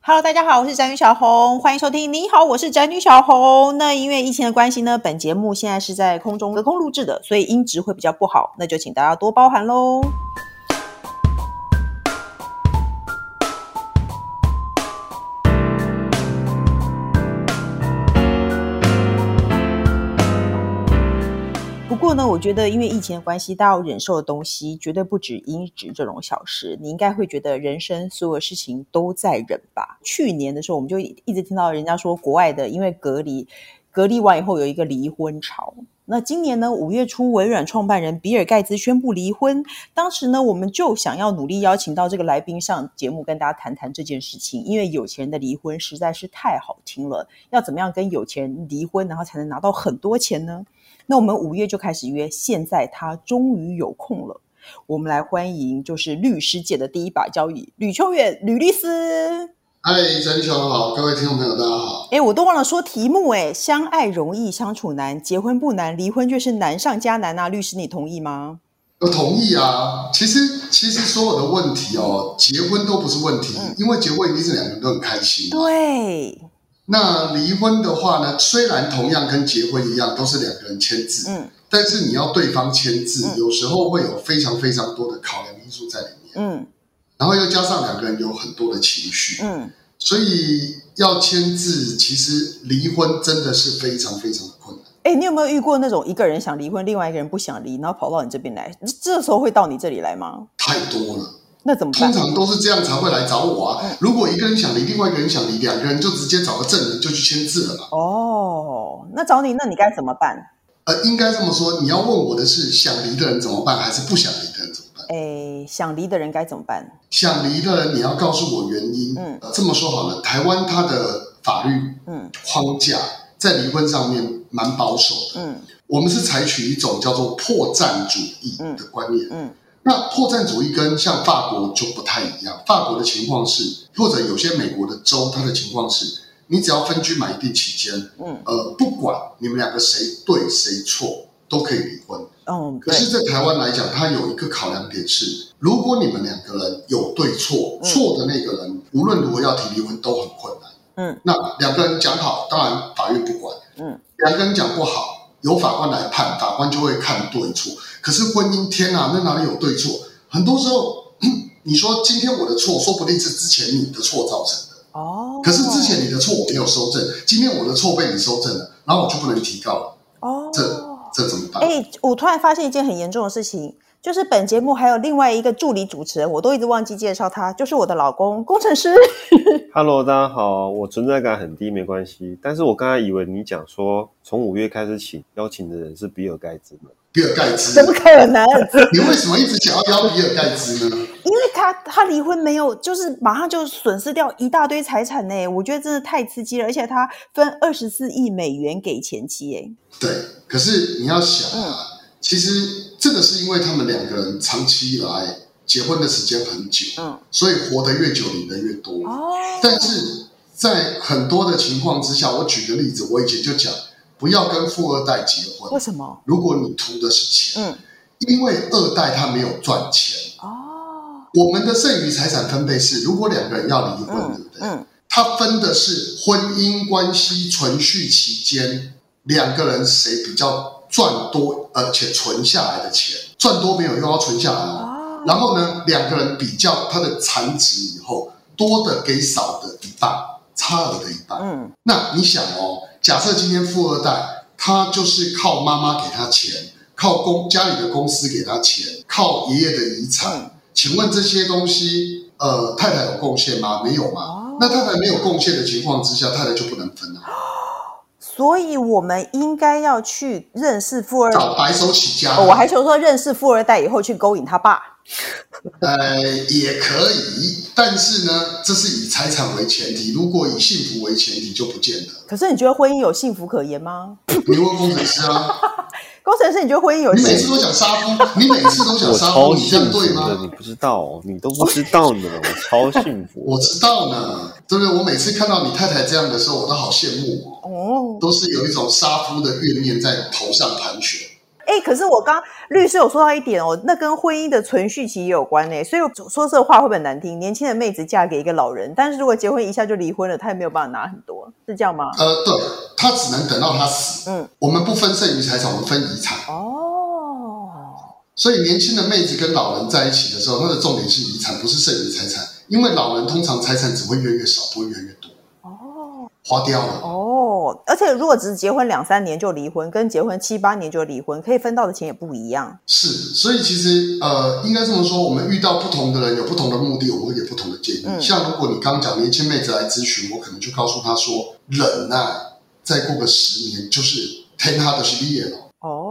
Hello， 大家好，我是宅女小红，欢迎收听。你好，我是宅女小红。那因为疫情的关系呢，本节目现在是在空中隔空录制的，所以音质会比较不好，那就请大家多包涵咯。不过呢，我觉得因为疫情的关系，大家有忍受的东西绝对不止音质这种小事，你应该会觉得人生所有事情都在忍吧。去年的时候我们就一直听到人家说国外的因为隔离完以后有一个离婚潮。那今年呢5月初微软创办人比尔盖茨宣布离婚，当时呢我们就想要努力邀请到这个来宾上节目跟大家谈谈这件事情，因为有钱人的离婚实在是太好听了，要怎么样跟有钱人离婚然后才能拿到很多钱呢？那我们5月就开始约，现在他终于有空了。我们来欢迎就是律师界的第一把交椅，吕秋远吕律师。 嗨，宅女小红好，各位听众朋友大家好。 我都忘了说题目相爱容易相处难，结婚不难，离婚却是难上加难啊。律师你同意吗？ 我同意啊。其实所有的问题结婚都不是问题，因为结婚一定是两个人都很开心。 对。 那离婚的话呢，虽然同样跟结婚一样都是两个人签字，但是你要对方签字，有时候会有非常非常多的考量因素在里面，然后又加上两个人有很多的情绪，所以要签字，其实离婚真的是非常非常的困难。 你有没有遇过那种一个人想离婚，另外一个人不想离，然后跑到你这边来？这时候会到你这里来吗？ 太多了。 那怎么办？ 通常都是这样才会来找我啊。如果一个人想离，另外一个人想离，两个人就直接找个证人就去签字了嘛。 那找你，那你该怎么办？ 应该这么说，你要问我的是想离的人怎么办，还是不想离的人怎么办？ 想离的人该怎么办？ 想离的人你要告诉我原因。这么说好了，台湾它的法律框架在离婚上面蛮保守的。我们是采取一种叫做破绽主义的观念。那破绽主义跟像法国就不太一样。法国的情况是，或者有些美国的州，它的情况是，你只要分居满一定期间，不管你们两个谁对谁错，都可以离婚。可是，在台湾来讲，它有一个考量点是，如果你们两个人有对错，错的那个人无论如何要提离婚都很困难。那两个人讲好，当然法院不管。两个人讲不好，由法官来判，法官就会看对错。可是婚姻，天啊，那哪里有对错？很多时候，你说今天我的错，说不定是之前你的错造成的。可是之前你的错我没有收正，今天我的错被你收正了，然后我就不能提告了。这怎么办？ 我突然发现一件很严重的事情，就是本节目还有另外一个助理主持人，我都一直忘记介绍他，就是我的老公工程师。 Hello， 大家好，我存在感很低，没关系。但是我刚才以为你讲说，从5月开始邀请的人是比尔盖茨呢。 比尔盖茨？ 怎么可能？ 你为什么一直想要邀比尔盖茨呢？ 因为他离婚没有，就是马上就损失掉一大堆财产呢。我觉得真的太刺激了，而且他分24亿美元给前妻。 对，可是你要想其实这个是因为他们两个人长期以来结婚的时间很久，所以活得越久领得越多。但是在很多的情况之下，我举个例子，我以前就讲，不要跟富二代结婚。 为什么？ 如果你图的是钱，因为二代他没有赚钱。我们的剩余财产分配是，如果两个人要离婚，对不对？他分的是婚姻关系存续期间两个人谁比较赚多，而且存下来的钱，赚多没有用，要存下来然后呢，两个人比较他的残值以后，多的给少的一半，差额的一半。那你想假设今天富二代他就是靠妈妈给他钱，靠家里的公司给他钱，靠爷爷的遗产。请问这些东西太太有贡献吗？没有吗？那太太没有贡献的情况之下，太太就不能分了。 所以我们应该要去认识富二代， 找白手起家。 我还说认识富二代以后去勾引他爸。 也可以，但是呢，这是以财产为前提，如果以幸福为前提就不见得。 可是你觉得婚姻有幸福可言吗？ 你问工程师啊。 工程师，你觉得婚姻有幸福？ 你每次都讲杀夫，你每次都讲杀夫，你这样对吗？ 你不知道，你都不知道呢，我超幸福。 我知道呢，对不对？我每次看到你太太这样的时候，我都好羡慕都是有一种杀夫的怨念在头上盘旋。 可是我刚律师有说到一点哦，那跟婚姻的存续期也有关呢。所以说这话会不会难听？年轻的妹子嫁给一个老人，但是如果结婚一下就离婚了，她也没有办法拿很多，是这样吗？ 对，她只能等到她死。我们不分剩余财产，我们分遗产。所以年轻的妹子跟老人在一起的时候，她的重点是遗产，不是剩余财产，因为老人通常财产只会越来越少，不会越来越多。花掉了。 而且如果只是结婚2-3年就离婚，跟结婚7-8年就离婚，可以分到的钱也不一样。 是，所以其实应该这么说，我们遇到不同的人有不同的目的，我们会给不同的建议。像如果你刚刚讲年轻妹子来咨询，我可能就告诉她说，忍耐，再过个10年就是天他的事业了。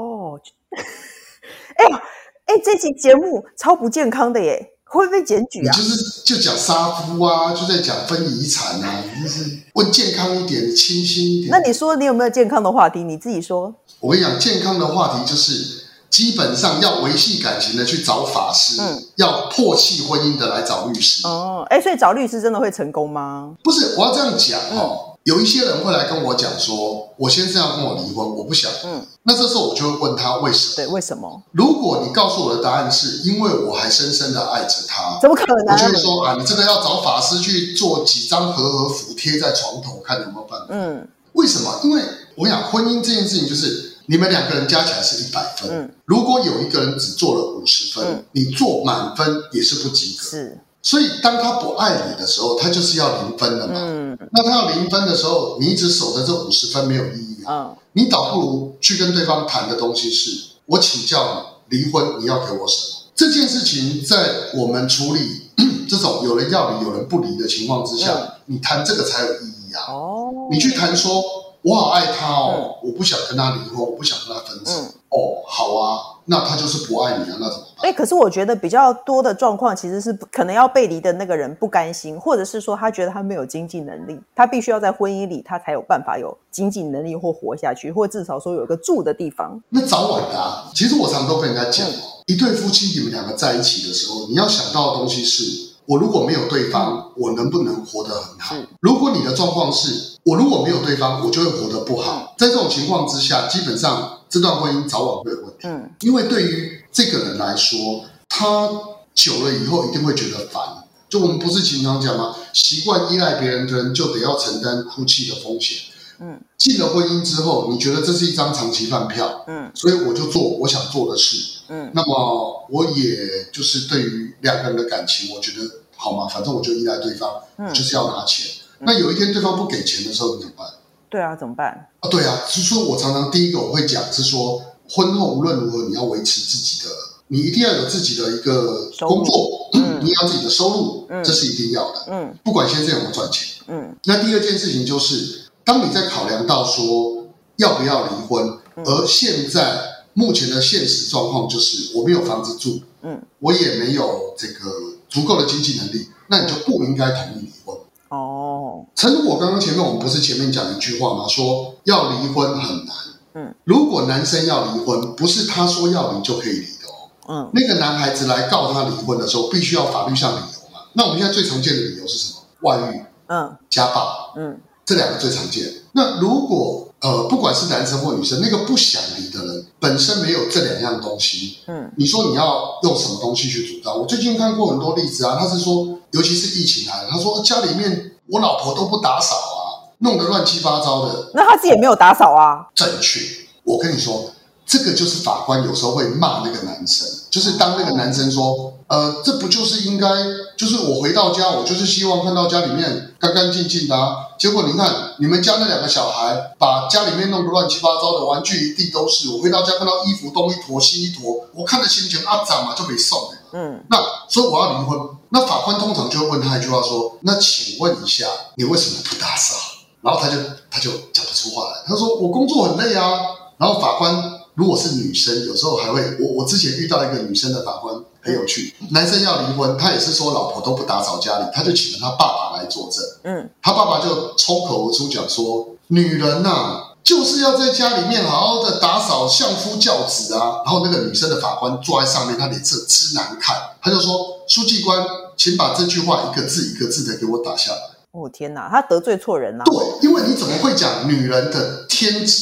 这期节目超不健康的耶，会不会检举啊？ 你就讲杀夫啊，就在讲分遗产啊，你就是问健康一点，清新一点。 那你说你有没有健康的话题？你自己说。 我跟你讲，健康的话题就是基本上要维系感情的去找法师，要破弃婚姻的来找律师。 所以找律师真的会成功吗？ 不是，我要这样讲有一些人会来跟我讲说，我先生要跟我离婚，我不想。那这时候我就会问他为什么？ 对，为什么？ 如果你告诉我的答案是因为我还深深的爱着他， 怎么可能？ 我就会说你这个要找法师去做几张和合符贴在床头，看有没有办法。为什么？因为我想婚姻这件事情就是你们2个人加起来是100分，如果有一个人只做了50分，你做满分也是不及格。是。所以当他不爱你的时候，他就是要0分了嘛。那他要0分的时候，你一直守着这50分没有意义。你倒不如去跟对方谈的东西是，我请教你，离婚你要给我什么？这件事情在我们处理这种有人要离有人不离的情况之下，你谈这个才有意义啊。你去谈说我好爱他我不想跟他离婚，我不想跟他分手。好啊，那他就是不爱你啊，那怎么办？ 可是我觉得比较多的状况其实是可能要被离的那个人不甘心，或者是说他觉得他没有经济能力，他必须要在婚姻里他才有办法有经济能力或活下去，或至少说有一个住的地方。 那早晚的啊，其实我常都跟人家讲一对夫妻你们2个在一起的时候，你要想到的东西是，我如果没有对方，我能不能活得很好？如果你的状况是我如果没有对方，我就会活得不好。在这种情况之下，基本上这段婚姻早晚会有问题。因为对于这个人来说，他久了以后一定会觉得烦。就我们不是经常讲吗？习惯依赖别人的人就得要承担哭泣的风险。进了婚姻之后，你觉得这是一张长期饭票，所以我就做我想做的事。那么我也就是对于2个人的感情，我觉得好嘛，反正我就依赖对方，就是要拿钱。那有一天对方不给钱的时候，你怎么办？ 对啊，怎么办？ 对啊，就是说我常常第一个我会讲是说，婚后无论如何你要维持自己的，你一定要有自己的一个工作，你要自己的收入，这是一定要的。不管先生有没有赚钱。那第二件事情就是，当你在考量到说要不要离婚，而现在目前的现实状况就是我没有房子住，我也没有这个足够的经济能力，那你就不应该同意离婚。诚如我刚刚前面我们不是前面讲一句话吗？说要离婚很难。如果男生要离婚，不是他说要离就可以离的那个男孩子来告他离婚的时候，必须要法律上理由嘛。那我们现在最常见的理由是什么？外遇、家暴，这2个最常见。那如果不管是男生或女生，那个不想离的人本身没有这2样东西，你说你要用什么东西去主张？我最近看过很多例子啊，他是说，尤其是疫情来了，他说家里面我老婆都不打扫啊，弄得乱七八糟的。 那他自己也没有打扫啊。 正确，我跟你说，这个就是法官有时候会骂那个男生，就是当那个男生说，这不就是应该，就是我回到家，我就是希望看到家里面干干净净的啊。结果你看，你们家那2个小孩把家里面弄得乱七八糟的，玩具一地都是。我回到家看到衣服东一坨西一坨，我看的心情长嘛就没送那所以我要离婚。那法官通常就会问他一句话说：“那请问一下，你为什么不打扫？”然后他就讲不出话来。他说：“我工作很累啊。”然后法官如果是女生，有时候还会，我之前遇到一个女生的法官很有趣，男生要离婚，他也是说老婆都不打扫家里，他就请了他爸爸来作证。他爸爸就抽口而出讲说，女人就是要在家里面好好的打扫，相夫教子啊。然后那个女生的法官坐在上面，他脸色之难看，他就说，书记官，请把这句话一个字一个字的给我打下来。 天哪，他得罪错人了。 对，因为你怎么会讲女人的天职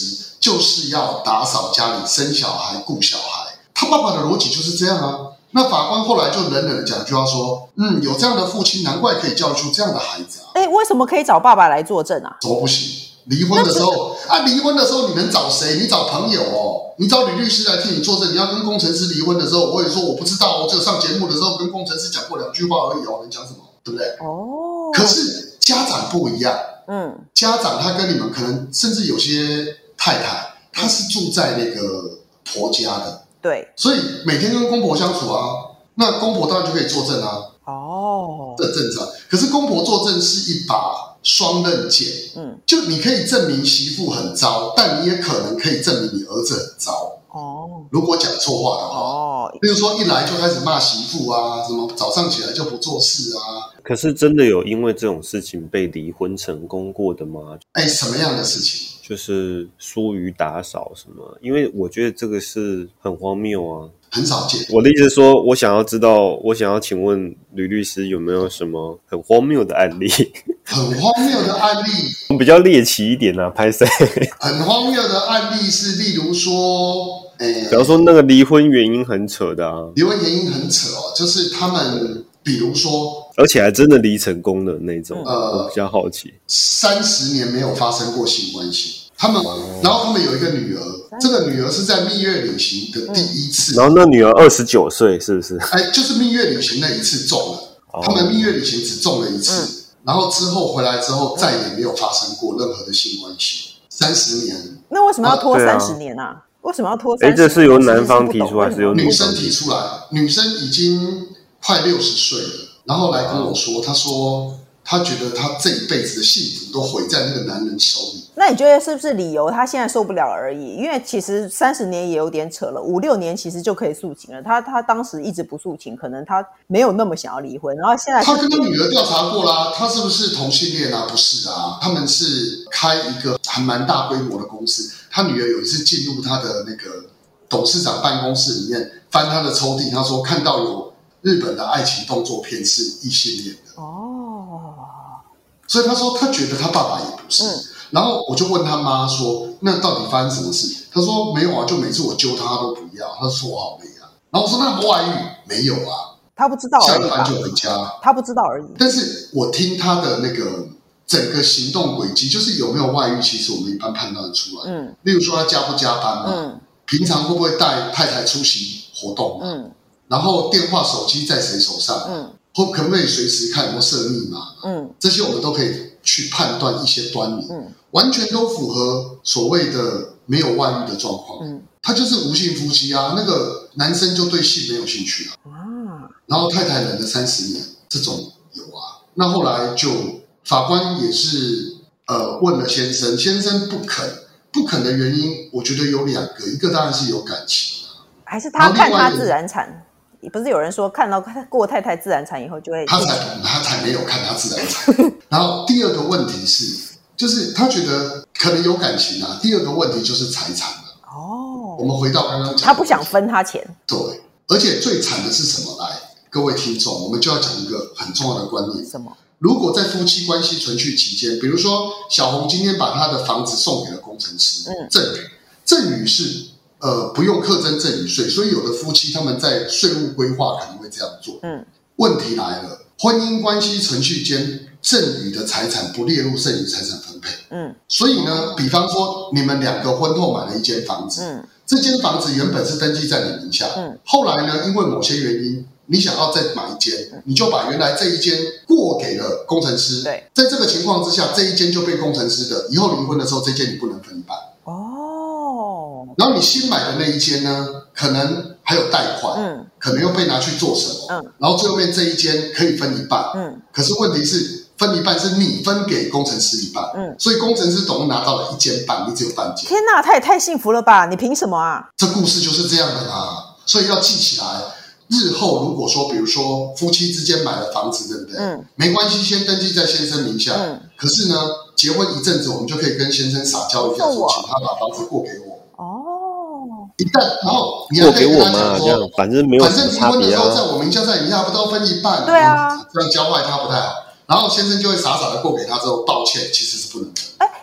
就是要打扫家里、生小孩、顾小孩。他爸爸的逻辑就是这样啊。那法官后来就冷冷的讲一句话说，有这样的父亲，难怪可以教育出这样的孩子啊。 为什么可以找爸爸来作证啊？ 怎么不行？离婚的时候离婚的时候你能找谁？你找朋友哦，你找吕律师来替你作证。你要跟工程师离婚的时候，我也说我不知道，我只有上节目的时候跟工程师讲过2句话而已哦，能讲什么？对不对？可是家长不一样，家长他跟你们可能甚至有些太太，她是住在那个婆家的。对，所以每天跟公婆相处啊，那公婆当然就可以作证啊。这正常。可是公婆作证是一把双刃剑，就你可以证明媳妇很糟，但你也可能可以证明你儿子很糟。如果讲错话的话，比如说一来就开始骂媳妇啊，什么早上起来就不做事啊。 可是真的有因为这种事情被离婚成功过的吗？ 什么样的事情？ 就是疏于打扫什么？因为我觉得这个是很荒谬啊， 很少见。 我的意思是说，我想要请问吕律师有没有什么很荒谬的案例？ 很荒谬的案例， 比较猎奇一点啊，拍谁？ 很荒谬的案例是，例如说， 比方说那个离婚原因很扯的啊， 离婚原因很扯哦，就是他们，比如说， 而且还真的离成功的那种，我比较好奇 ，30年没有发生过性关系。然后他们有一个女儿，这个女儿是在蜜月旅行的第一次， 然后那女儿29岁，是不是？ 就是蜜月旅行那一次中了，他们蜜月旅行只中了一次，然后之后回来之后再也没有发生过任何的性关系，30年。 那为什么要拖30年啊？为什么要拖30年？ 这是由男方提出来，还是由女生提出来？女生已经快60岁了，然后来跟我说，她说她觉得她这一辈子的幸福都毁在那个男人手里。 那你觉得是不是理由他现在受不了而已？因为其实30年也有点扯了，5-6年其实就可以诉请了。他当时一直不诉请，可能他没有那么想要离婚。然后现在他跟他女儿调查过啦，他是不是同性恋啊？不是啊，他们是开一个还蛮大规模的公司。他女儿有一次进入他的那个董事长办公室里面，翻他的抽屉，他说看到有日本的爱情动作片是异性恋的。所以他说他觉得他爸爸也不是。然后我就问他妈说，那到底发生什么事？他说没有啊，就每次我揪他都不要，他说我好累啊。然后我说那有外遇？没有啊， 他不知道而已， 下了班就回家， 他不知道而已。 但是我听他的那个整个行动轨迹，就是有没有外遇，其实我们一般判断得出来。例如说他加不加班嘛，平常会不会带太太出席活动嘛，然后电话手机在谁手上，或可不可以随时看有没有设密码，这些我们都可以去判断一些端倪，完全都符合所谓的没有外遇的状况。他就是无性夫妻啊，那个男生就对性没有兴趣啊，然后太太忍了30年，这种有啊。那后来就法官也是问了先生，先生不肯的原因，我觉得有2个，一个当然是有感情啊， 还是他看他自然产。不是有人说看到过太太自然产以后就会， 他才没有看他自然产。然后第二个问题是，就是他觉得可能有感情啊。第二个问题就是财产了。我们回到刚刚讲， 他不想分他钱。 对，而且最惨的是什么？来，各位听众，我们就要讲一个很重要的观念。 什么？ 如果在夫妻关系存续期间，比如说小红今天把她的房子送给了工程师，赠与是不用课征赠与税，所以有的夫妻他们在税务规划可能会这样做。问题来了，婚姻关系程序间赠与的财产不列入剩余财产分配。所以呢，比方说你们2个婚后买了一间房子，这间房子原本是登记在你名下，后来呢，因为某些原因，你想要再买一间，你就把原来这一间过给了工程师。在这个情况之下，这一间就被工程师的，以后离婚的时候，这间你不能分一半。然后你新买的那一间呢，可能还有贷款，可能又被拿去做什么，然后最后面这一间可以分一半，可是问题是分一半是你分给工程师一半，所以工程师总共拿到了1间半，你只有半间。 天哪，他也太幸福了吧？你凭什么啊？ 这故事就是这样的啦，所以要记起来。日后如果说，比如说夫妻之间买了房子，对不对？没关系，先登记在先生名下。可是呢，结婚一阵子，我们就可以跟先生撒娇一下，说请他把房子过给我。一旦，然后你还可以跟他讲说， 反正没有什么差别啊。 反正离婚的时候，在我名下，在你名下，不都分一半？ 对啊， 这样教坏他不太好。然后先生就会傻傻的过给他之后，抱歉，其实是不能的。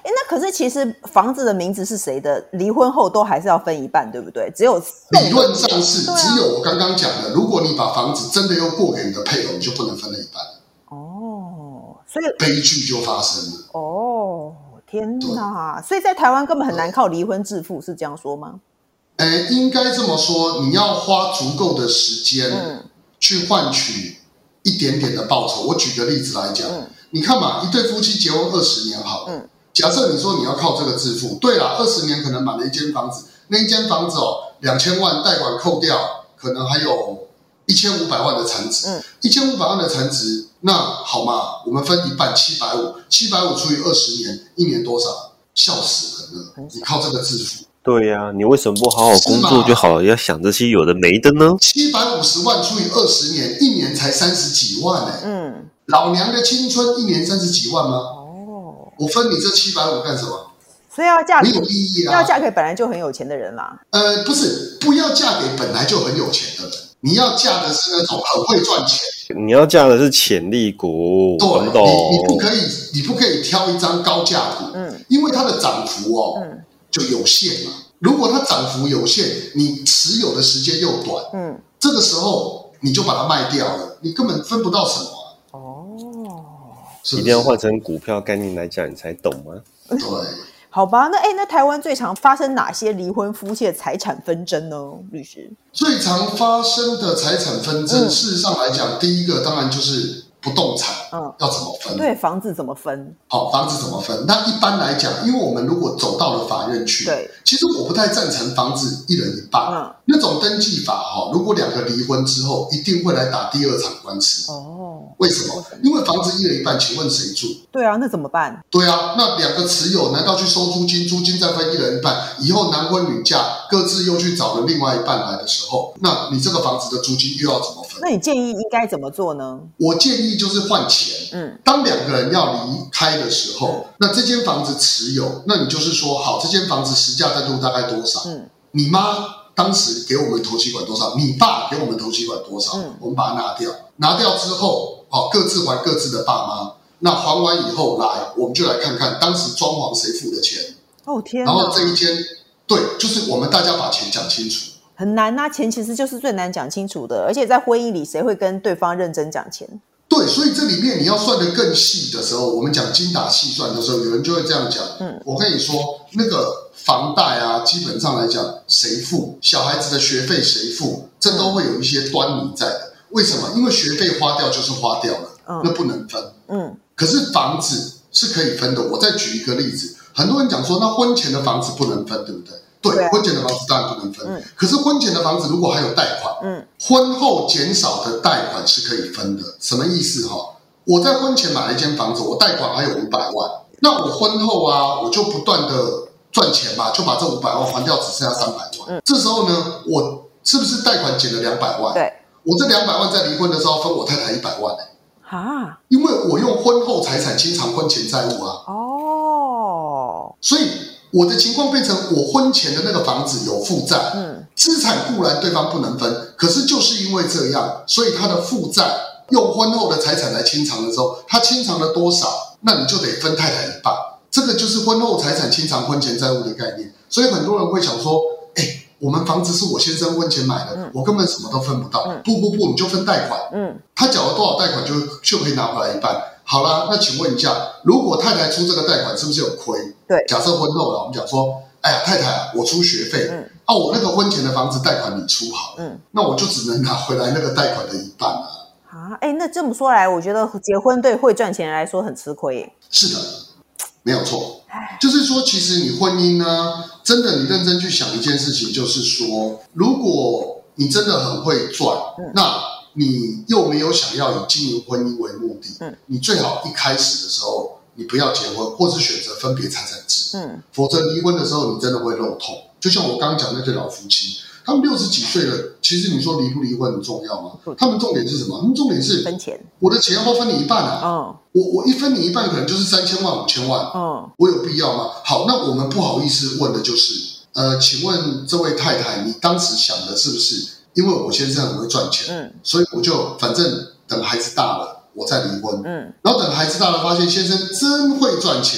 那可是其实房子的名字是谁的，离婚后都还是要分一半，对不对？只有理论上是，只有我刚刚讲的，如果你把房子真的又过给你的配偶，你就不能分了一半。 所以悲剧就发生了。 天哪！所以在台湾根本很难靠离婚致富，是这样说吗？ 应该这么说，你要花足够的时间去换取一点点的报酬。我举个例子来讲，你看嘛，一对夫妻结婚20年好了，假设你说你要靠这个致富，对啦，20年可能买了一间房子，那一间房子2000万贷款扣掉，可能还有1500万的产值，1500万的产值，那好嘛，我们分一半，750除以20年，一年多少？笑死人了！你靠这个致富。 对呀，你为什么不好好工作就好了？要想这些有的没的呢 ？750万除以20年，一年才30几万老娘的青春一年30几万吗？我分你这750干什么？ 所以要嫁给没有意义啊！ 要嫁给本来就很有钱的人啦。 不是，不要嫁给本来就很有钱的人，你要嫁的是那种很会赚钱。 你要嫁的是潜力股，懂不懂？ 你不可以挑一张高价股，因为它的涨幅就有限嘛。如果它涨幅有限，你持有的时间又短，这个时候你就把它卖掉了，你根本分不到什么是不是？ 一定要换成股票概念来讲，你才懂吗？ 对。 好吧，那台湾最常发生哪些离婚夫妻的财产纷争呢？律师， 最常发生的财产纷争，事实上来讲，第一个当然就是不动产，要怎么分？ 对，房子怎么分？ 房子怎么分？那一般来讲，因为我们如果走到了法院去， 对， 其实我不太赞成房子一人一半，那种登记法如果2个离婚之后，一定会来打第2场官司。为什么？因为房子一人一半，请问谁住？ 对啊，那怎么办？ 对啊，那2个持有难道去收租金，租金再分一人一半，以后男婚女嫁，各自又去找了另外一半来的时候，那你这个房子的租金又要怎么分？ 那你建议应该怎么做呢？ 我建议就是换钱。当2个人要离开的时候，那这间房子持有，那你就是说，好，这间房子实价登录大概多少？你妈当时给我们头期款多少？你爸给我们头期款多少？我们把它拿掉，拿掉之后，各自还各自的爸妈。那还完以后来，我们就来看看当时装潢谁付的钱。 天哪！ 然后这一间，对，就是我们大家把钱讲清楚。 很难啊，钱其实就是最难讲清楚的，而且在婚姻里，谁会跟对方认真讲钱？ 对，所以这里面你要算得更细的时候，我们讲精打细算的时候，有人就会这样讲。我跟你说，那个房贷啊，基本上来讲，谁付？小孩子的学费谁付？这都会有一些端倪在的。为什么？因为学费花掉就是花掉了，那不能分。可是房子是可以分的。我再举一个例子，很多人讲说，那婚前的房子不能分，对不对？对，婚前的房子当然不能分。可是婚前的房子如果还有贷款，婚后减少的贷款是可以分的。什么意思？我在婚前买了一间房子，我贷款还有500万，那我婚后啊，我就不断的赚钱嘛，就把这500万还掉，只剩下300万。这时候呢，我是不是贷款减了200万？ 对， 我这200万在离婚的时候分我太太100万因为我用婚后财产清偿婚前债务啊。所以我的情况变成我婚前的那个房子有负债，资产固然对方不能分，可是就是因为这样，所以他的负债用婚后的财产来清偿的时候，他清偿了多少，那你就得分太太一半。这个就是婚后财产清偿婚前债务的概念。所以很多人会想说，我们房子是我先生婚前买的，我根本什么都分不到。不，你就分贷款。他缴了多少贷款就可以拿回来一半。好啦，那请问一下，如果太太出这个贷款，是不是有亏？ 对， 假设婚后了，我们讲说，哎呀，太太啊，我出学费，我那个婚前的房子贷款你出好了，那我就只能拿回来那个贷款的一半啊。 那这么说来，我觉得结婚对会赚钱人来说很吃亏耶。 是的，没有错。就是说，其实你婚姻呢，真的你认真去想一件事情，就是说，如果你真的很会赚，那你又没有想要以经营婚姻为目的，你最好一开始的时候你不要结婚，或是选择分别财产制，否则离婚的时候你真的会肉痛。就像我刚刚讲那对老夫妻，他们60几岁了，其实你说离不离婚很重要吗？他们重点是什么？他们重点是分钱， 我的钱要不要分你一半啊？我一分你一半，可能就是3000万、5000万，我有必要吗？好，那我们不好意思问的就是，请问这位太太，你当时想的是不是？因为我先生很会赚钱，所以我就反正等孩子大了我再离婚，然后等孩子大了发现先生真会赚钱，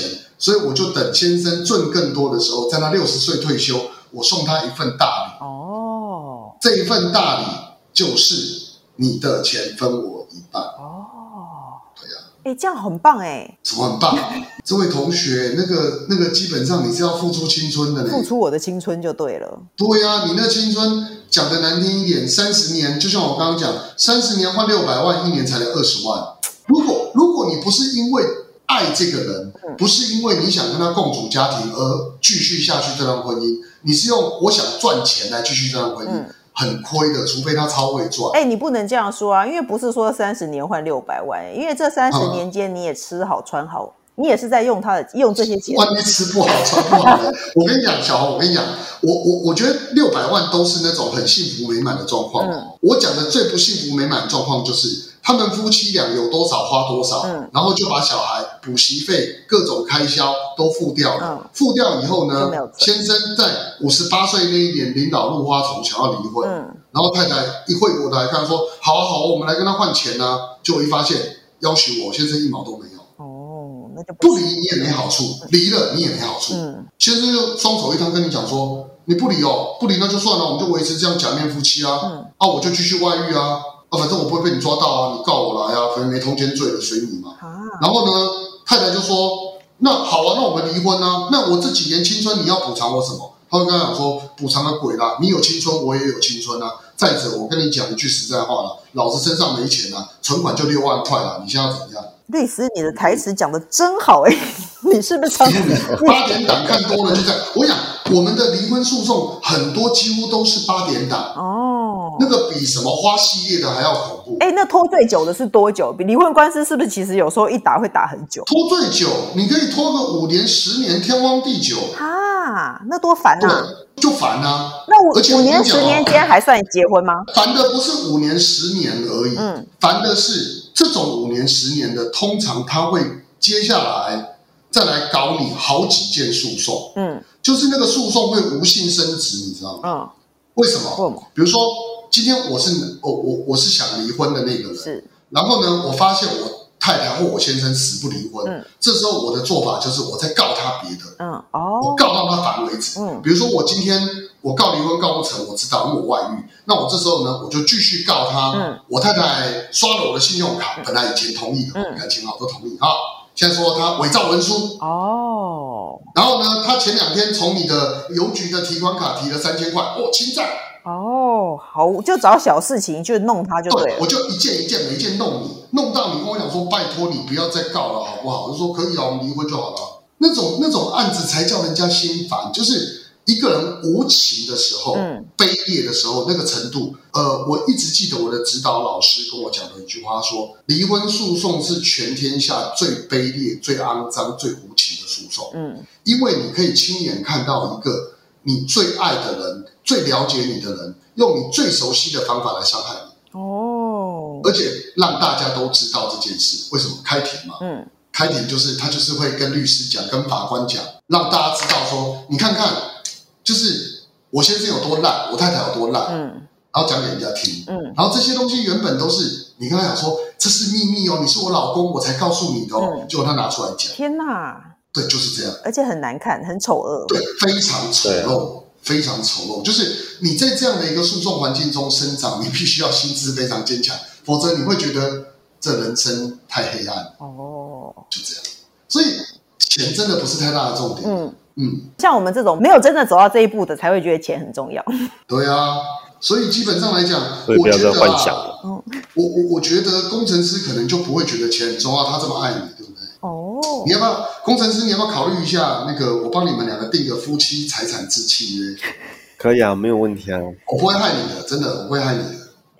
所以我就等先生赚更多的时候，在他60岁退休，我送他一份大礼。 哦， 这一份大礼就是你的钱分我一半。 哦， 对呀、 这样很棒哎。 什么很棒？这位同学，那个基本上你是要付出青春的呢。 付出我的青春就对了。 对呀、你那青春讲的难听一点，30年，就像我刚刚讲，30年换600万，一年才来20万。如果你不是因为爱这个人，不是因为你想跟他共组家庭而继续下去这段婚姻，你是用我想赚钱来继续这段婚姻，很亏的，除非他超会赚。 你不能这样说啊，因为不是说30年换600万，因为这30年间你也吃好穿好，你也是在用这些钱。 万一吃不好穿不好的，我跟你讲，小红，我跟你讲，我觉得600万都是那种很幸福美满的状况。我讲的最不幸福美满的状况就是他们夫妻俩有多少花多少，然后就把小孩补习费各种开销都付掉了。付掉以后呢，先生在58岁那一年领导入花丛，想要离婚，然后太太一回过头来看说，好啊好啊，我们来跟他换钱啊，结果一发现要求我先生1毛都没有。 那就不离你也没好处，离了你也没好处。先生就双手一摊跟你讲说，你不离哦，不离那就算了，我们就维持这样假面夫妻啊。我就继续外遇啊，反正我不会被你抓到啊，你告我来啊，反正没通奸罪的，随你嘛。然后呢，太太就说，那好啊，那我们离婚啊，那我这几年青春你要补偿我什么？他会跟他讲说，补偿个鬼啦，你有青春我也有青春啊。再者，我跟你讲一句实在话了，老子身上没钱啊，存款就6万块了，你现在要怎样？ 律师，你的台词讲得真好你是不是 8点档看多了就这样？我想我们的离婚诉讼很多几乎都是8点档那个比什么花系列的还要恐怖。 那拖最久的是多久？比离婚官司是不是其实有时候一打会打很久？ 拖最久，你可以拖个5年、10年，天荒地久那多烦啊！ 就烦啊！ 那5年、10年间还算结婚吗？ 烦的不是5年、10年而已，烦的是这种5年、10年的，通常他会接下来再来搞你好几件诉讼，就是那个诉讼会无性生殖，你知道吗？为什么？比如说今天我是想离婚的那个人，然后呢，我发现我太太或我先生死不离婚，这时候我的做法就是我再告他别的，我告到他烦为止。比如说我今天我告离婚告不成，我知道因为我外遇，那我这时候呢我就继续告他，我太太刷了我的信用卡，本来以前同意的，感情好都同意现在说他伪造文书然后呢，他前2天从你的邮局的提款卡提了3000块，侵占。 好，就找小事情就弄他就对了。 我就一件一件每一件弄你，弄到你跟我讲说拜托你不要再告了好不好？我就说可以啊，我们离婚就好了。那种案子才叫人家心烦，就是一个人无情的时候，卑劣的时候那个程度。我一直记得我的指导老师跟我讲的一句话说，离婚诉讼是全天下最卑劣、最肮脏、最无情的诉讼。因为你可以亲眼看到一个你最爱的人、最了解你的人，用你最熟悉的方法来伤害你。而且让大家都知道这件事。为什么？开庭嘛。开庭就是他就是会跟律师讲、跟法官讲，让大家知道说，你看看，就是我先生有多烂，我太太有多烂，然后讲给人家听。然后这些东西原本都是你跟他讲说，这是秘密哦，你是我老公，我才告诉你的哦。结果他拿出来讲， 天哪！ 对，就是这样， 而且很难看，很丑恶。 对，非常丑陋，非常丑陋。就是你在这样的一个诉讼环境中生长，你必须要心智非常坚强，否则你会觉得这人生太黑暗。就这样。所以钱真的不是太大的重点。 像我们这种没有真的走到这一步的，才会觉得钱很重要。对啊，所以基本上来讲， 所以不要再幻想了。 我觉得工程师可能就不会觉得钱很重要，他这么爱你，对不对？你要不要工程师？你要不要考虑一下那个？我帮你们2个定个夫妻财产制契约？ 可以啊，没有问题啊。我不会害你的，真的，我不会害你的。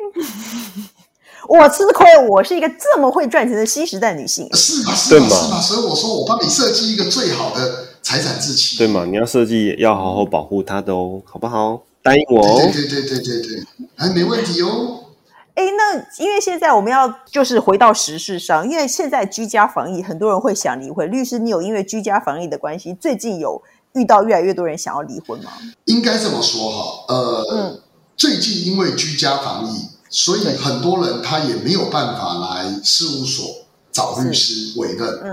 我吃亏，我是一个这么会赚钱的新时代女性。 是吧？所以我说我帮你设计一个最好的财产制契。 对嘛？你要设计要好好保护它的哦，好不好？答应我哦。 对，没问题哦。 那因为现在我们要就是回到时事上，因为现在居家防疫，很多人会想离婚。律师，你有因为居家防疫的关系，最近有遇到越来越多人想要离婚吗？ 应该这么说哈，最近因为居家防疫，所以很多人他也没有办法来事务所找律师委任。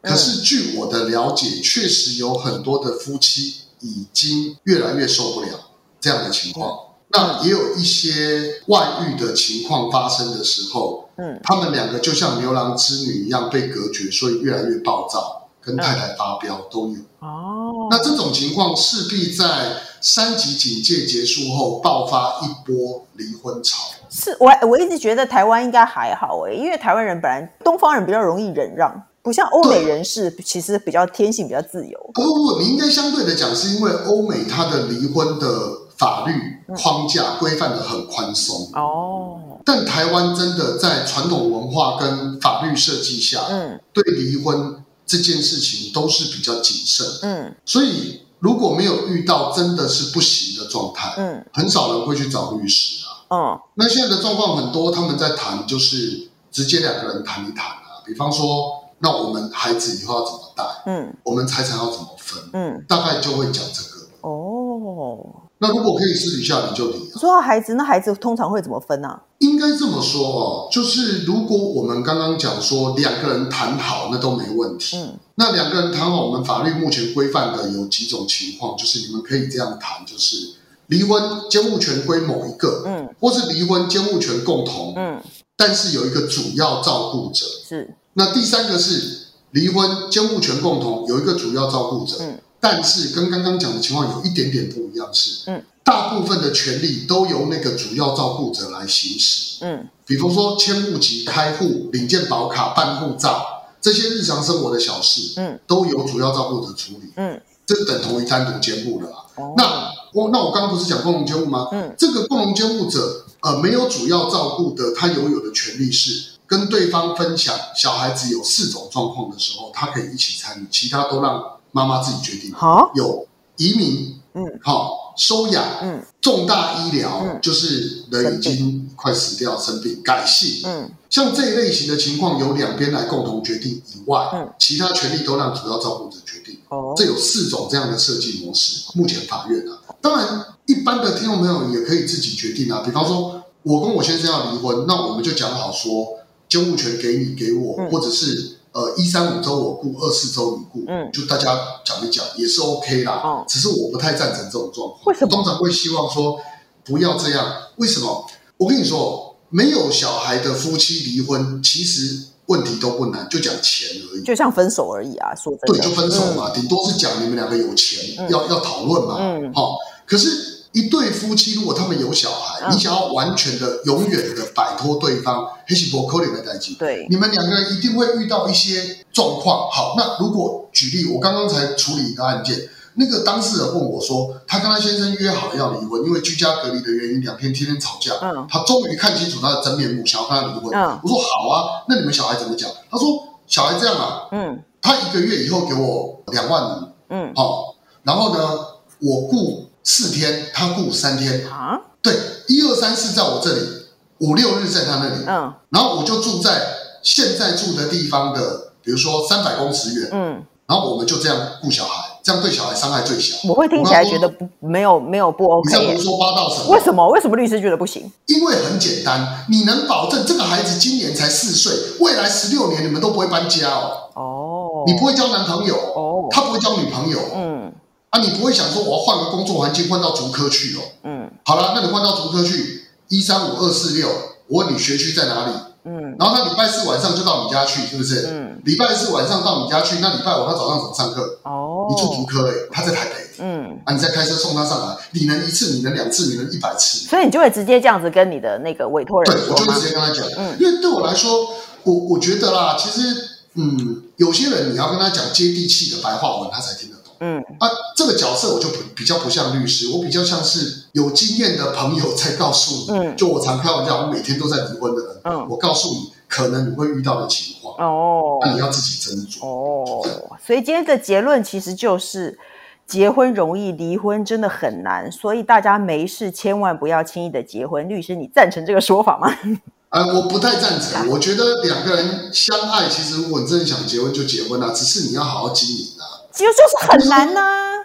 可是据我的了解，确实有很多的夫妻已经越来越受不了这样的情况。那也有一些外遇的情况发生的时候，他们两个就像牛郎织女一样被隔绝，所以越来越暴躁，跟太太发飙都有。那这种情况势必在3级警戒结束后爆发一波离婚潮。 是我一直觉得台湾应该还好因为台湾人本来东方人比较容易忍让，不像欧美人士其实比较天性比较自由。 不，你应该相对的讲，是因为欧美它的离婚的法律框架规范的很宽松但台湾真的在传统文化跟法律设计下，对离婚这件事情都是比较谨慎所以如果没有遇到真的是不行的状态，很少人会去找律师那现在的状况很多，他们在谈就是直接2个人谈一谈比方说，那我们孩子以后要怎么带我们财产要怎么分大概就会讲这个那如果可以私底下你就离说到孩子，那孩子通常会怎么分啊？ 应该这么说就是如果我们刚刚讲说2个人谈好那都没问题那2个人谈好，我们法律目前规范的有几种情况，就是你们可以这样谈，就是离婚监护权归某一个或是离婚监护权共同但是有一个主要照顾者是。 那第3个是离婚监护权共同有一个主要照顾者但是跟刚刚讲的情况有一点点不一样是大部分的权利都由那个主要照顾者来行使比如说迁户籍、开户、领健保卡、办护照，这些日常生活的小事都由主要照顾者处理这等同于单独监护了那我刚刚不是讲共同监护吗这个共同监护者没有主要照顾的，他拥有的权利是跟对方分享小孩子有4种状况的时候，他可以一起参与，其他都让妈妈自己决定有移民收养重大医疗就是人已经快死掉生病改姓像这一类型的情况由2边来共同决定以外其他权利都让主要照顾者决定这有4种这样的设计模式目前法院当然一般的听众朋友也可以自己决定比方说我跟我先生要离婚，那我们就讲好说监护权给你给我或者是135周我顾24周你顾就大家讲一讲也是 OK 啦只是我不太赞成这种状况。 为什么？ 通常会希望说不要这样。为什么？我跟你说没有小孩的夫妻离婚其实问题都不难，就讲钱而已， 就像分手而已说真的对，就分手嘛顶多是讲你们2个有钱要讨论嘛可是一对夫妻如果他们有小孩你想要完全的永远的摆脱对方那是不可能的事情对， 你们2个人一定会遇到一些状况好，那如果举例我刚刚才处理一个案件，那个当事人问我说他跟他先生约好了要离婚，因为居家隔离的原因2天天天吵架他终于看清楚他的真面目想要跟他离婚我说好那你们小孩怎么讲？他说小孩这样他1个月以后给我2万5然后呢我顾4天他顾3天对1、2、3、4在我这里5、6日在他那里然后我就住在现在住的地方的比如说300公尺远然后我们就这样顾小孩，这样对小孩伤害最小。 我会听起来觉得没有不 OK。 你这样胡说八道什么？ 为什么律师觉得不行？ 因为很简单，你能保证这个孩子今年才4岁，未来16年你们都不会搬家你不会交男朋友他不会交女朋友你不会想说我要换个工作环境换到竹科去好了，那你换到竹科去135、246，我问你学区在哪里然后他礼拜4晚上就到你家去，是不是礼拜4晚上到你家去，那礼拜5他早上怎么上课你住竹科他在台北你再开车送他上来，你能1次你能2次你能100次， 所以你就会直接这样子跟你的那个委托人说吗？ 对，我就会直接跟他讲因为对我来说我觉得啦，其实有些人你要跟他讲接地气的白话文他才听得懂这个角色我就比较不像律师，我比较像是有经验的朋友在告诉你就我常开玩笑我每天都在离婚的人我告诉你可能你会遇到的情况那你要自己斟酌所以今天的结论其实就是结婚容易，离婚真的很难，所以大家没事千万不要轻易的结婚。律师，你赞成这个说法吗？ 我不太赞成，我觉得2个人相爱，其实如果你真的想结婚就结婚只是你要好好经营就是很难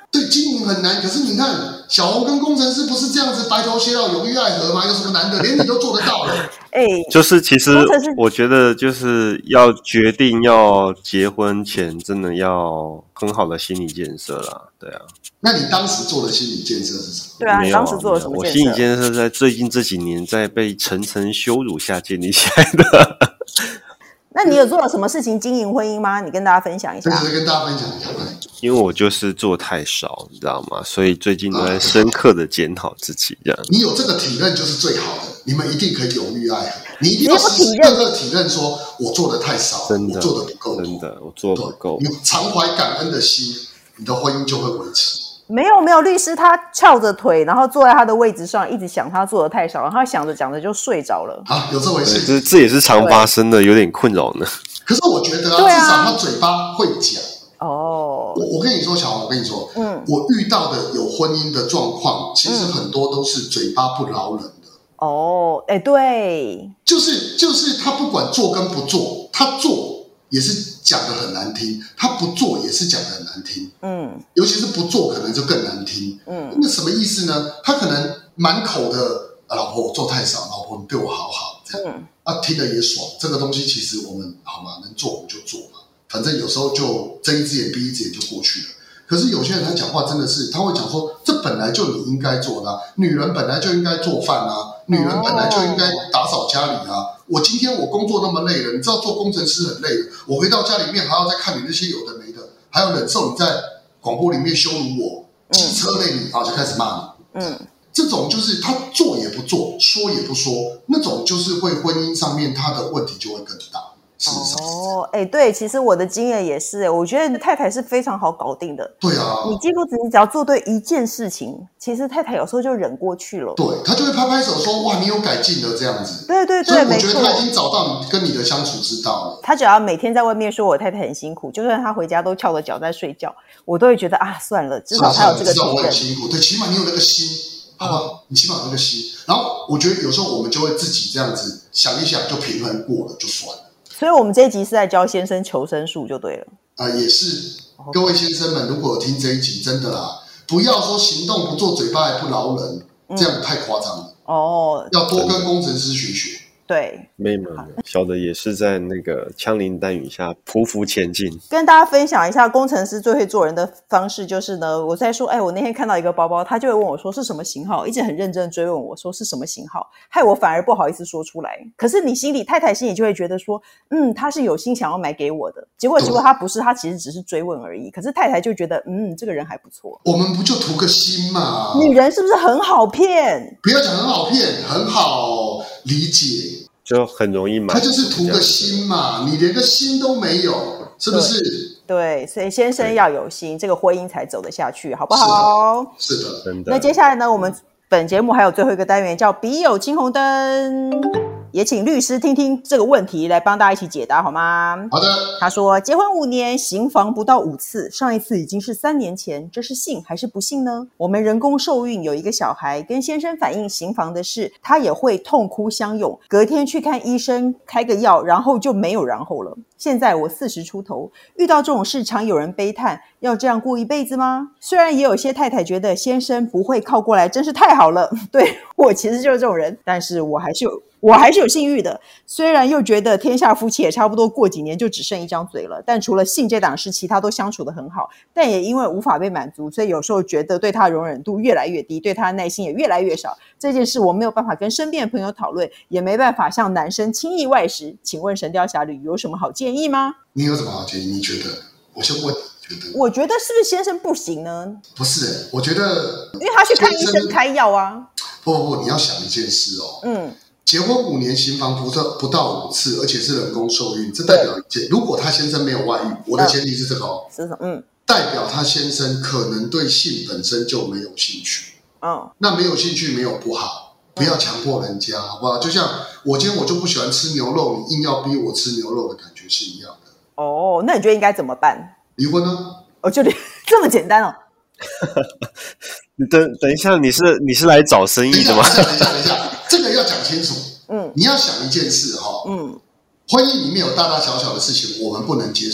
对，经营很难。可是你看，小红跟工程师不是这样子白头偕老、永浴爱河吗？有什么难的？连你都做得到了。 就是其实我觉得，就是要决定要结婚前，真的要很好的心理建设啦。对啊。 那你当时做的心理建设是什么？ 对啊，你当时做了什么建设？ 我心理建设在最近这几年在被层层羞辱下建立起来的。 那你有做了什么事情经营婚姻吗？你跟大家分享一下。 跟大家分享一下。 因为我就是做太少，你知道吗？所以最近都在深刻的检讨自己，这样。 你有这个体认就是最好的，你们一定可以永浴爱河。你一定要时时刻刻体认说，我做的太少，我做的不够多， 真的，我做的不够。 你常怀感恩的心，你的婚姻就会维持。 没有，律师他翘着腿，然后坐在他的位置上，一直想他做的太少，然后他想着讲着就睡着了。 有这回事？ 这也是常发生的，有点困扰呢。 可是我觉得至少他嘴巴会讲。我跟你说，小红，我跟你说，我遇到的有婚姻的状况，其实很多都是嘴巴不饶人的。 对， 就是他不管做跟不做，他做也是讲得很难听，他不做也是讲得很难听。尤其是不做可能就更难听。那什么意思呢？他可能满口的老婆我做太少，老婆你对我好好，这样听了也爽。这个东西其实我们好嘛，能做我们就做嘛，反正有时候就睁一只眼闭一只眼就过去了。可是有些人他讲话真的是，他会讲说，这本来就你应该做的女人本来就应该做饭啊，女人本来就应该打扫家里啊。我今天我工作那么累了，你知道做工程师很累的，我回到家里面还要再看你那些有的没的，还要忍受你在广播里面羞辱我，机车类你就开始骂你。这种就是他做也不做，说也不说，那种就是会婚姻上面他的问题就会更大。 对，其实我的经验也是，我觉得太太是非常好搞定的。 对啊， 你几乎只要做对一件事情，其实太太有时候就忍过去了。 对，他就会拍拍手说：“哇，你有改进了。”这样子。 对， 所以我觉得他已经找到你跟你的相处之道了。 他只要每天在外面说我太太很辛苦，就算他回家都翘着脚在睡觉，我都会觉得算了，至少他有这个体认。 知道我很辛苦，对，起码你有那个心，好不好？你起码有那个心。然后我觉得有时候我们就会自己这样子想一想，就平衡过了，就算了。 所以我们这一集是在教先生求生术就对了。 也是，各位先生们，如果有听这一集，真的啦，不要说行动不做，嘴巴也不饶人，这样太夸张了。要多跟工程师学学。 对， 没有，小的也是在那个枪林弹雨下匍匐前进。 跟大家分享一下，工程师最会做人的方式就是呢，我在说，我那天看到一个包包，他就会问我说是什么型号，一直很认真的追问我说是什么型号，害我反而不好意思说出来。可是你太太心里就会觉得说，他是有心想要买给我的，结果他不是，他其实只是追问而已。可是太太就觉得，这个人还不错。 我们不就图个心嘛？ 女人是不是很好骗？ 不要讲很好骗，很好理解。 就很容易买， 他就是图个心嘛，你连个心都没有，是不是？ 对，所以先生要有心，这个婚姻才走得下去，好不好？ 是的， 真的。 那接下来呢，我们本节目还有最后一个单元叫笔友青红灯，也请律师听听这个问题，来帮大家一起解答好吗？ 好的。 他说结婚5年行房不到5次，上一次已经是3年前，这是幸还是不幸呢？我们人工受孕有一个小孩，跟先生反映行房的事，他也会痛哭相拥，隔天去看医生开个药，然后就没有然后了。现在我40出头，遇到这种事常有人悲叹，要这样过一辈子吗？虽然也有些太太觉得先生不会靠过来真是太好了，对，我其实就是这种人，但是我还是有性欲的，虽然又觉得天下夫妻也差不多过几年就只剩一张嘴了，但除了性这档事其他都相处得很好，但也因为无法被满足，所以有时候觉得对他容忍度越来越低，对他的耐心也越来越少。这件事我没有办法跟身边的朋友讨论，也没办法向男生轻易外食，请问神雕侠侣有什么好建议吗？ 你有什么好建议？你觉得？我先问， 我觉得是不是先生不行呢？ 不是，我觉得因为他去看医生开药啊。 不，你要想一件事哦。结婚5年行房不到5次，而且是人工受孕，这代表一件，如果他先生没有外遇，我的前提是这个哦，代表他先生可能对性本身就没有兴趣。那没有兴趣没有不好，不要强迫人家，好不好？就像我今天我就不喜欢吃牛肉，你硬要逼我吃牛肉的感觉是一样的。 那你觉得应该怎么办？ 离婚呢？ 就这么简单哦。 你等一下，你是来找生意的吗？ 等一下，这个要讲清楚。你要想一件事哈。婚姻里面有大大小小的事情我们不能接受的，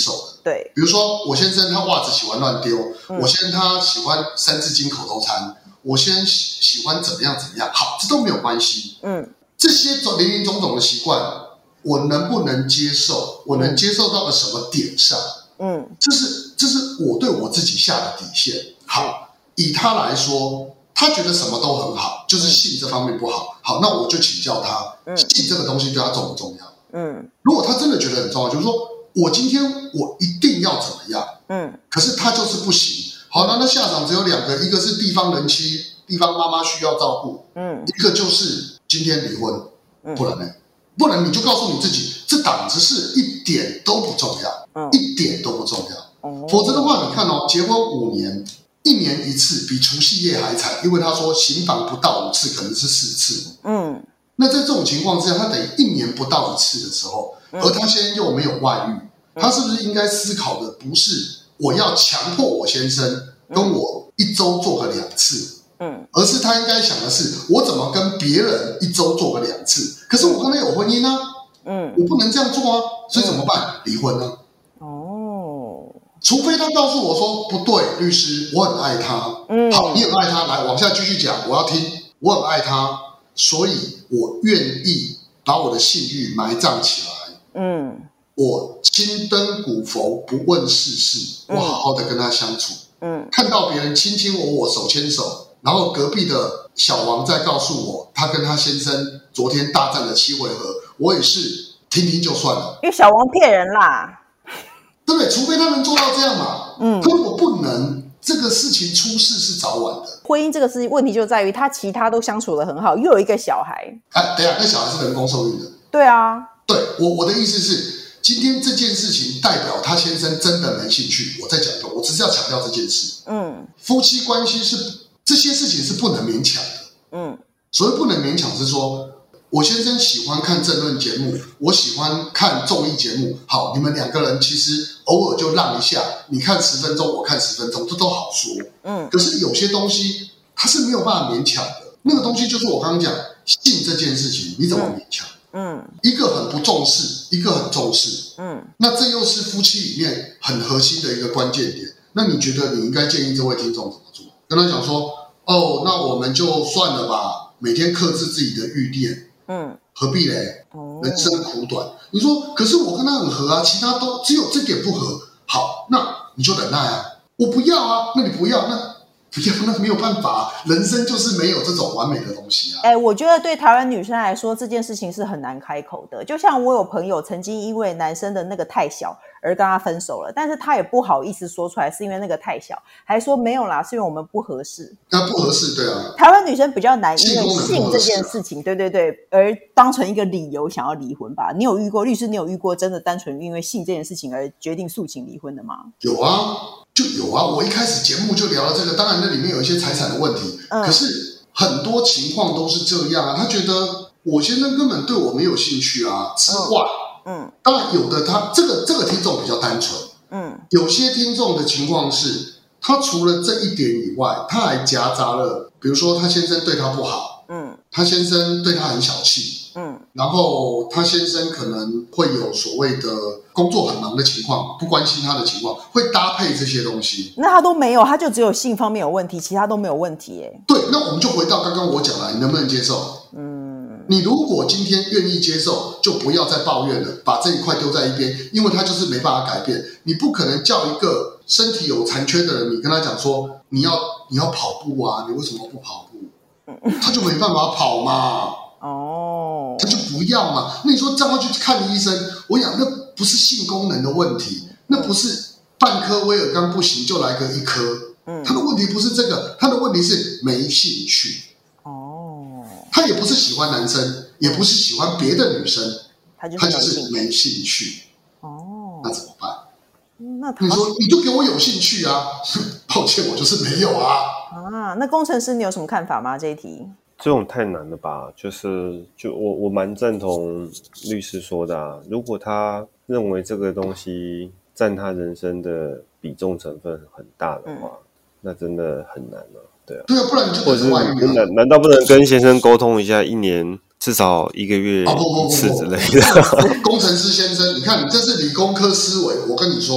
对， 比如说我先生他袜子喜欢乱丢，我先生他喜欢三字经口头禅，我先生喜欢怎么样，好，这都没有关系。这些林林总总的习惯，我能不能接受？我能接受到个什么点上？这是我对我自己下的底线。好，以他来说，他觉得什么都很好，就是性这方面不好。好，那我就请教他，性这个东西对他重不重要？如果他真的觉得很重要，就是说我今天我一定要怎么样？可是他就是不行。好，那下场只有2个，一个是地方人妻、地方妈妈需要照顾，一个就是今天离婚，不然呢？不然你就告诉你自己，这档子事一点都不重要，一点都不重要。否则的话，你看哦，结婚5年，1年1次，比除夕夜还惨，因为他说刑房不到5次，可能是4次。那在这种情况之下，他等于1年不到1次的时候，而他现在又没有外遇，他是不是应该思考的不是我要强迫我先生跟我1周做个2次？而是他应该想的是，我怎么跟别人1周做个2次？可是我跟他有婚姻啊，我不能这样做啊，所以怎么办？离婚啊。除非他告诉我说不对，律师，我很爱他。好，你很爱他，来往下继续讲，我要听。我很爱他，所以我愿意把我的性欲埋葬起来。我青灯古佛，不问世事，我好好的跟他相处。看到别人卿卿我我，手牵手。然后隔壁的小王在告诉我，他跟他先生昨天大战了7回合，我也是听听就算了。 因为小王骗人啦， 对不对？除非他能做到这样嘛。他如果不能，这个事情出事是早晚的。 婚姻这个问题就在于他其他都相处得很好，又有一个小孩。 等一下，那小孩是人工受孕的。 对啊， 对，我的意思是，今天这件事情代表他先生真的没兴趣。我再讲一个，我只是要强调这件事。夫妻关系是。这些事情是不能勉强的。所谓不能勉强是说，我先生喜欢看政论节目，我喜欢看综艺节目。好，你们2个人其实偶尔就让一下，你看10分钟，我看10分钟，这都好说。可是有些东西它是没有办法勉强的。那个东西就是我刚刚讲性这件事情，你怎么勉强？一个很不重视，一个很重视。那这又是夫妻里面很核心的一个关键点。那你觉得你应该建议这位听众怎么做？跟他讲说，那我们就算了吧，每天克制自己的欲念，何必嘞？人生苦短。你说，可是我跟他很合啊，其他都只有这点不合。好，那你就忍耐啊。我不要啊，那你不要，那没有办法，人生就是没有这种完美的东西啊。 我觉得对台湾女生来说，这件事情是很难开口的。就像我有朋友曾经因为男生的那个太小而跟他分手了，但是他也不好意思说出来是因为那个太小，还说没有啦，是因为我们不合适。 那不合适，对啊。 台湾女生比较难因为性这件事情，对，而当成一个理由想要离婚吧。你有遇过律师？你有遇过真的单纯因为性这件事情而决定诉请离婚的吗？ 有啊。就有啊，我一开始节目就聊了这个，当然那里面有一些财产的问题，可是很多情况都是这样啊。他觉得我先生根本对我没有兴趣啊之外，当然有的他这个听众比较单纯，有些听众的情况是，他除了这一点以外，他还夹杂了，比如说他先生对他不好，他先生对他很小气，然后他先生可能会有所谓的工作很忙的情况，不关心他的情况，会搭配这些东西。 那他都没有，他就只有性方面有问题，其他都没有问题耶。 对，那我们就回到刚刚我讲了，你能不能接受？你如果今天愿意接受，就不要再抱怨了，把这一块丢在一边，因为他就是没办法改变。你不可能叫一个身体有残缺的人，你跟他讲说你要跑步啊，你为什么不跑步？他就没办法跑嘛。他就不要嘛。那你说叫他去看医生，我想那不是性功能的问题，那不是半颗威尔刚不行就来个1颗。他的问题不是这个，他的问题是没兴趣。他也不是喜欢男生，也不是喜欢别的女生，他就是没兴趣。那怎么办？你说你就给我有兴趣啊？抱歉，我就是没有啊。 那工程师你有什么看法吗？这一题这种太难了吧？就我蛮赞同律师说的啊。如果他认为这个东西占他人生的比重成分很大的话，那真的很难了。对啊， 不然你就等着外遇啊。 难道不能跟先生沟通一下1年至少1个月1次之类的？ 工程师先生，你看你这是理工科思维。我跟你说，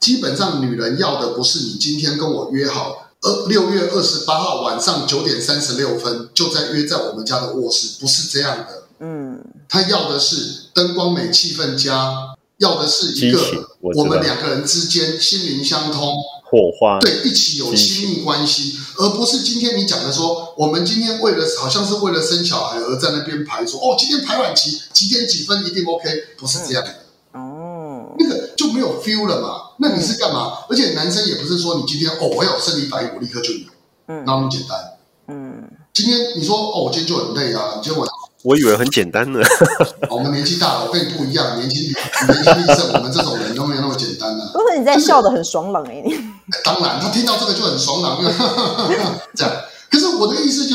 基本上女人要的不是你今天跟我约好6月28号晚上9点36分就约在我们家的卧室，不是这样的。她要的是灯光美气氛佳，要的是一个我们2个人之间心灵相通， 火花， 对，一起有亲密关系，而不是今天你讲的说我们今天好像是为了生小孩而在那边排说今天排卵期几点几分一定 OK， 不是这样的。那个就没有 feel 了嘛。那你是干嘛？而且男生也不是说你今天我要有生理反应我立刻就有，那么简单。今天你说我今天就很累啊，今天我以为很简单呢。 我们年纪大了，我跟你不一样，年轻力盛，我们这种人都没有那么简单啊。 不是你在笑得很爽朗当然，他听到这个就很爽朗，这样。可是我的意思就是，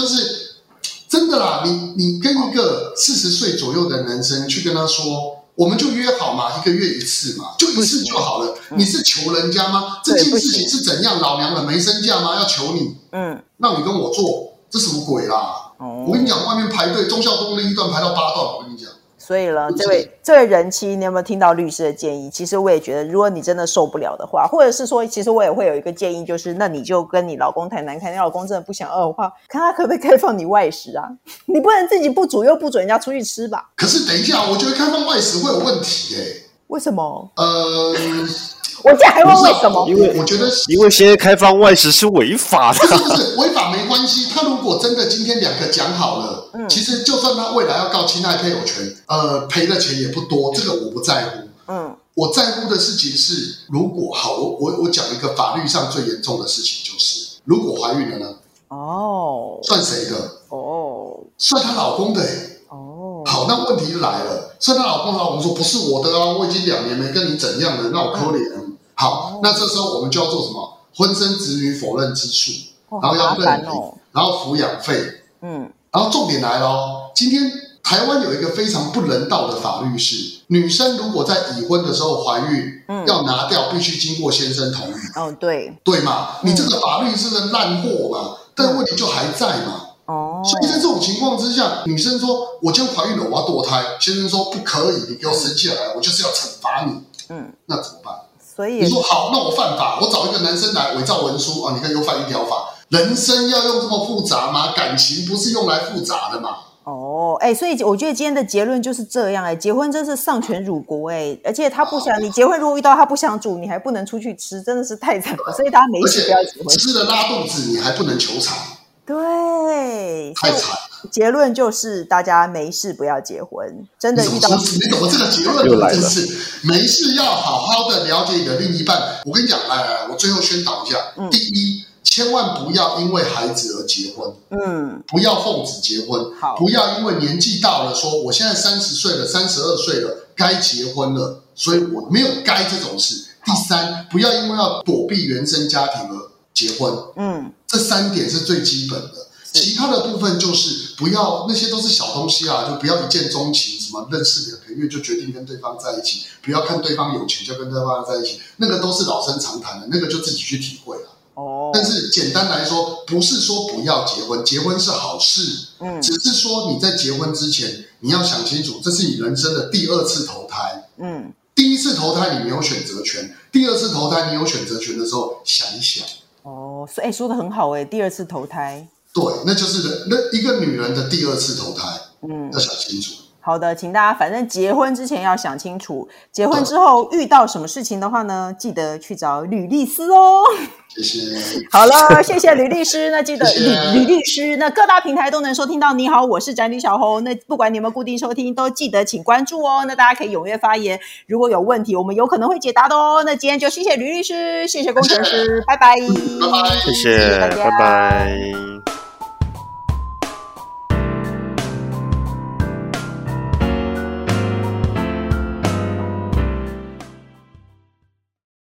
真的啦，你跟一个40岁左右的男生去跟他说，我们就约好嘛，1个月1次嘛，就1次就好了。你是求人家吗？这件事情是怎样？老娘们没身价吗？要求你，让你跟我做，这什么鬼啦？我跟你讲，外面排队，忠孝东路1段排到8段，我跟你讲。 所以呢，这位人妻，你有没有听到律师的建议？其实我也觉得，如果你真的受不了的话，或者是说，其实我也会有一个建议，就是那你就跟你老公谈谈看，你老公真的不想饿的话，看他可不可以开放你外食啊？你不能自己不煮又不准人家出去吃吧？ 可是等一下，我觉得开放外食会有问题为什么？我竟然还问为什么？ 因为我觉得， 因为现在开放外食是违法的。 不是违法没关系。他如果真的今天2个讲好了，其实就算他未来要告侵害配偶权，赔的钱也不多，这个我不在乎。我在乎的事情是，如果好，我讲一个法律上最严重的事情，就是如果怀孕了呢？算谁的？算她老公的好，那问题来了，算她老公说不是我的啊，我已经2年没跟你怎样了，那我可怜。好，那这时候我们就要做什么？婚生子女否认之诉，然后要认领，然后抚养费。然后重点来了今天台湾有一个非常不人道的法律是，女生如果在已婚的时候怀孕，要拿掉必须经过先生同意。对嘛？你这个法律是个烂货嘛？但问题就还在嘛。所以在这种情况之下，女生说我今天怀孕了，我要堕胎，先生说不可以，你给我生下来，我就是要惩罚你。那怎么办？ 所以你说好，那我犯法，我找一个男生来伪造文书你看又犯1条法。人生要用这么复杂吗？感情不是用来复杂的嘛。 所以我觉得今天的结论就是这样结婚真是丧权辱国而且他不想你结婚，如果遇到他不想煮，你还不能出去吃，真的是太惨了。所以大家没事不要结婚， 吃了拉肚子，你还不能求偿。 对， 太惨了。 结论就是大家没事不要结婚，真的遇到你怎么这个结论真是没事要好好的了解你的另一半。我跟你讲，来，我最后宣导一下。第一，千万不要因为孩子而结婚，不要奉旨结婚，不要因为年纪到了说我现在30岁了32岁了该结婚了，所以我没有该这种事。第三，不要因为要躲避原生家庭而结婚，这3点是最基本的。其他的部分就是不要，那些都是小东西就不要一见钟情，什么认识2个月就决定跟对方在一起，不要看对方有钱就跟对方在一起，那个都是老生常谈的，那个就自己去体会了。但是简单来说，不是说不要结婚，结婚是好事，只是说你在结婚之前，你要想清楚，这是你人生的第2次投胎。第1次投胎你没有选择权，第2次投胎你有选择权的时候，想一想。 所以说得很好第2次投胎。 对，那就是一个女人的第2次投胎，要想清楚。 好的，请大家反正结婚之前要想清楚，结婚之后遇到什么事情的话呢，记得去找吕律师谢谢。 好了，谢谢吕律师。那记得吕律师，那各大平台都能收听到。你好，我是宅女小红。那不管你们固定收听，都记得请关注那大家可以踊跃发言，如果有问题，我们有可能会解答的那今天就谢谢吕律师，谢谢工程师，拜拜， 谢谢，拜拜。